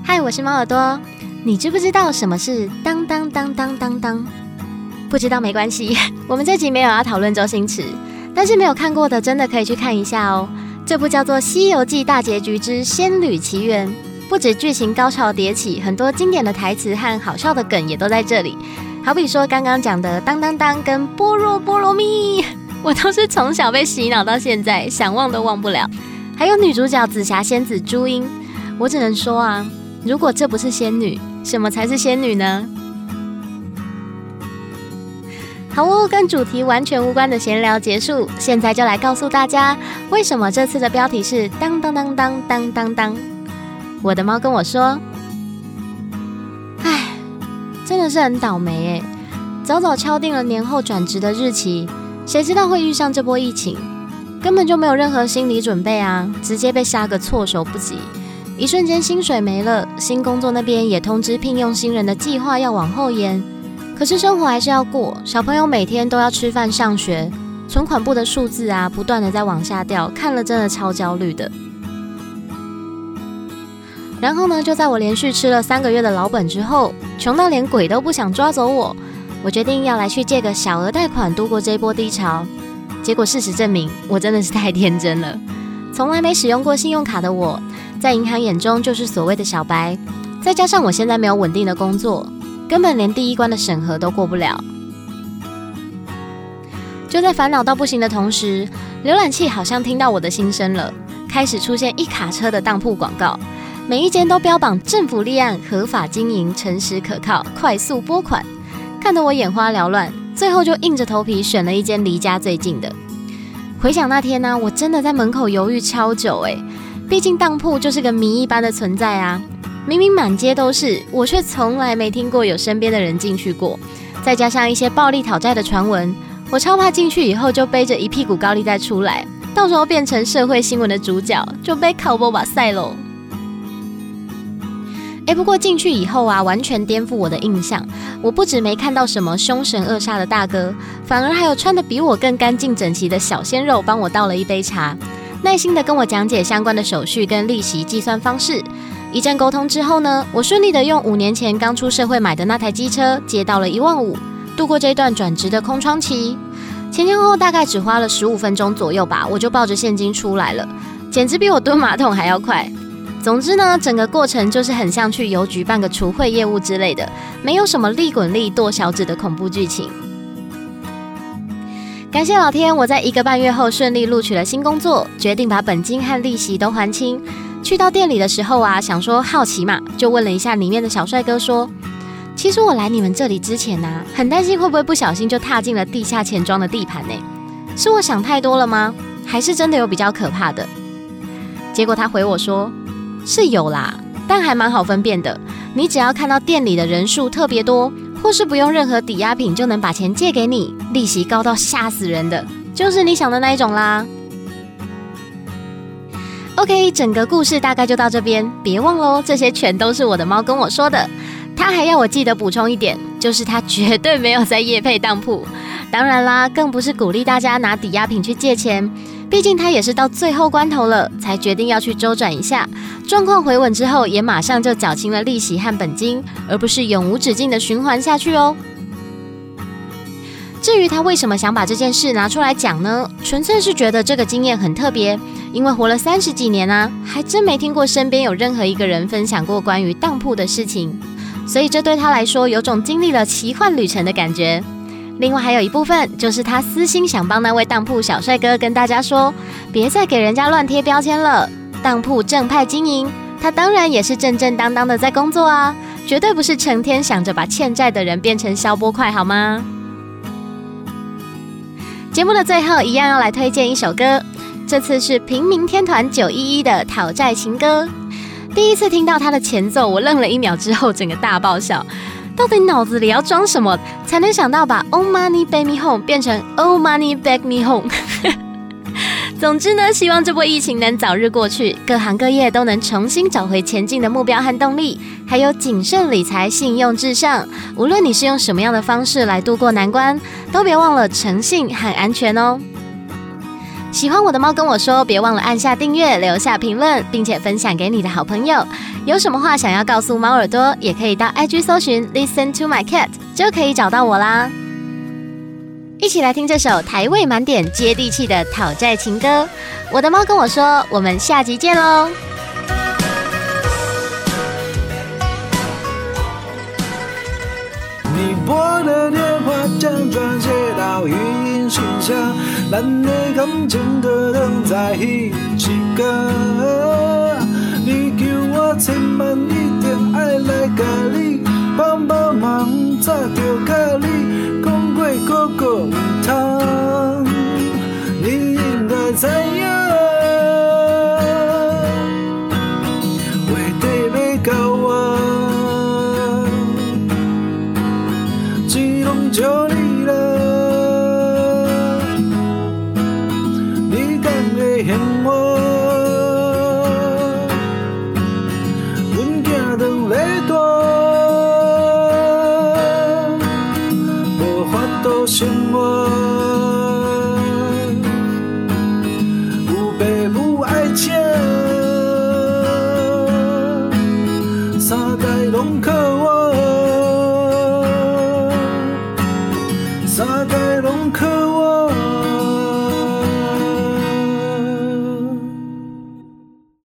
嗨，我是猫耳朵。你知不知道什么是当当当当当当？不知道没关系，我们这集没有要讨论周星驰，但是没有看过的真的可以去看一下哦。这部叫做《西游记大结局之仙侣奇缘》，不止剧情高潮迭起，很多经典的台词和好笑的梗也都在这里。好比说刚刚讲的当当当跟般若波罗蜜，我都是从小被洗脑到现在，想忘都忘不了。还有女主角紫霞仙子朱茵，我只能说啊，如果这不是仙女，什么才是仙女呢？好哦，跟主题完全无关的闲聊结束，现在就来告诉大家，为什么这次的标题是当当当当当当当。我的猫跟我说，唉，真的是很倒霉耶，早早敲定了年后转职的日期，谁知道会遇上这波疫情，根本就没有任何心理准备啊，直接被杀个措手不及。一瞬间薪水没了，新工作那边也通知聘用新人的计划要往后延，可是生活还是要过，小朋友每天都要吃饭上学，存款簿的数字啊不断的在往下掉，看了真的超焦虑的。然后呢，就在我连续吃了3个月的老本之后，穷到连鬼都不想抓走我，我决定要来去借个小额贷款度过这一波低潮。结果事实证明，我真的是太天真了，从来没使用过信用卡的我，在银行眼中就是所谓的小白，再加上我现在没有稳定的工作，根本连第一关的审核都过不了。就在烦恼到不行的同时，浏览器好像听到我的心声了，开始出现一卡车的当铺广告，每一间都标榜政府立案、合法经营、诚实可靠、快速拨款，看得我眼花缭乱，最后就硬着头皮选了一间离家最近的。回想那天呢，我真的在门口犹豫超久毕竟当铺就是个谜一般的存在啊，明明满街都是，我却从来没听过有身边的人进去过，再加上一些暴力讨债的传闻，我超怕进去以后就背着一屁股高利贷出来，到时候变成社会新闻的主角，就被考波把赛喽。不过进去以后啊，完全颠覆我的印象。我不止没看到什么凶神恶煞的大哥，反而还有穿得比我更干净整齐的小鲜肉帮我倒了一杯茶，耐心的跟我讲解相关的手续跟利息计算方式。一阵沟通之后呢，我顺利的用5年前刚出社会买的那台机车借到了15000，度过这一段转职的空窗期。前后大概只花了15分钟左右吧，我就抱着现金出来了，简直比我蹲马桶还要快。总之呢，整个过程就是很像去邮局办个除汇业务之类的，没有什么利滚利剁小指的恐怖剧情。感谢老天，我在1个半月后顺利录取了新工作，决定把本金和利息都还清。去到店里的时候啊，想说好奇嘛，就问了一下里面的小帅哥说，其实我来你们这里之前啊，很担心会不会不小心就踏进了地下钱庄的地盘呢？是我想太多了吗？还是真的有比较可怕的？结果他回我说，是有啦，但还蛮好分辨的。你只要看到店里的人数特别多，或是不用任何抵押品就能把钱借给你，利息高到吓死人的，就是你想的那一种啦。OK， 整个故事大概就到这边，别忘咯，这些全都是我的猫跟我说的。他还要我记得补充一点，就是他绝对没有在业配当铺。当然啦，更不是鼓励大家拿抵押品去借钱，毕竟他也是到最后关头了，才决定要去周转一下。状况回稳之后，也马上就缴清了利息和本金，而不是永无止境的循环下去哦。至于他为什么想把这件事拿出来讲呢？纯粹是觉得这个经验很特别，因为活了30几年啊，还真没听过身边有任何一个人分享过关于当铺的事情，所以这对他来说有种经历了奇幻旅程的感觉。另外还有一部分就是他私心想帮那位当铺小帅哥跟大家说，别再给人家乱贴标签了，当铺正派经营，他当然也是正正当当的在工作啊，绝对不是成天想着把欠债的人变成消波块好吗？节目的最后一样要来推荐一首歌，这次是平民天团911的讨债情歌。第一次听到他的前奏，我愣了1秒之后整个大爆笑，到底脑子里要装什么才能想到把 Oh Money Back Me Home 变成 Oh Money Back Me Home 总之呢，希望这波疫情能早日过去，各行各业都能重新找回前进的目标和动力，还有谨慎理财、信用至上。无论你是用什么样的方式来度过难关，都别忘了诚信和安全哦。 喜欢我的猫跟我说，别忘了按下订阅，留下评论，并且分享给你的好朋友。有什么话想要告诉猫耳朵，也可以到 IG 搜寻 Listen to my cat 就可以找到我啦。一起来听这首台味满点、接地气的讨债情歌。我的猫跟我说，我们下集见喽。 你拨的电话将转接到语音信箱，咱的感情就当在一起个。你叫我千万一定爱来甲你帮帮忙，早就甲你讲过个个唔通，你应该知影。话题要到我。就你啦，你敢会嫌我？阮囝当咧大，无法度生活。有爸母爱请，三界拢靠我。三界拢靠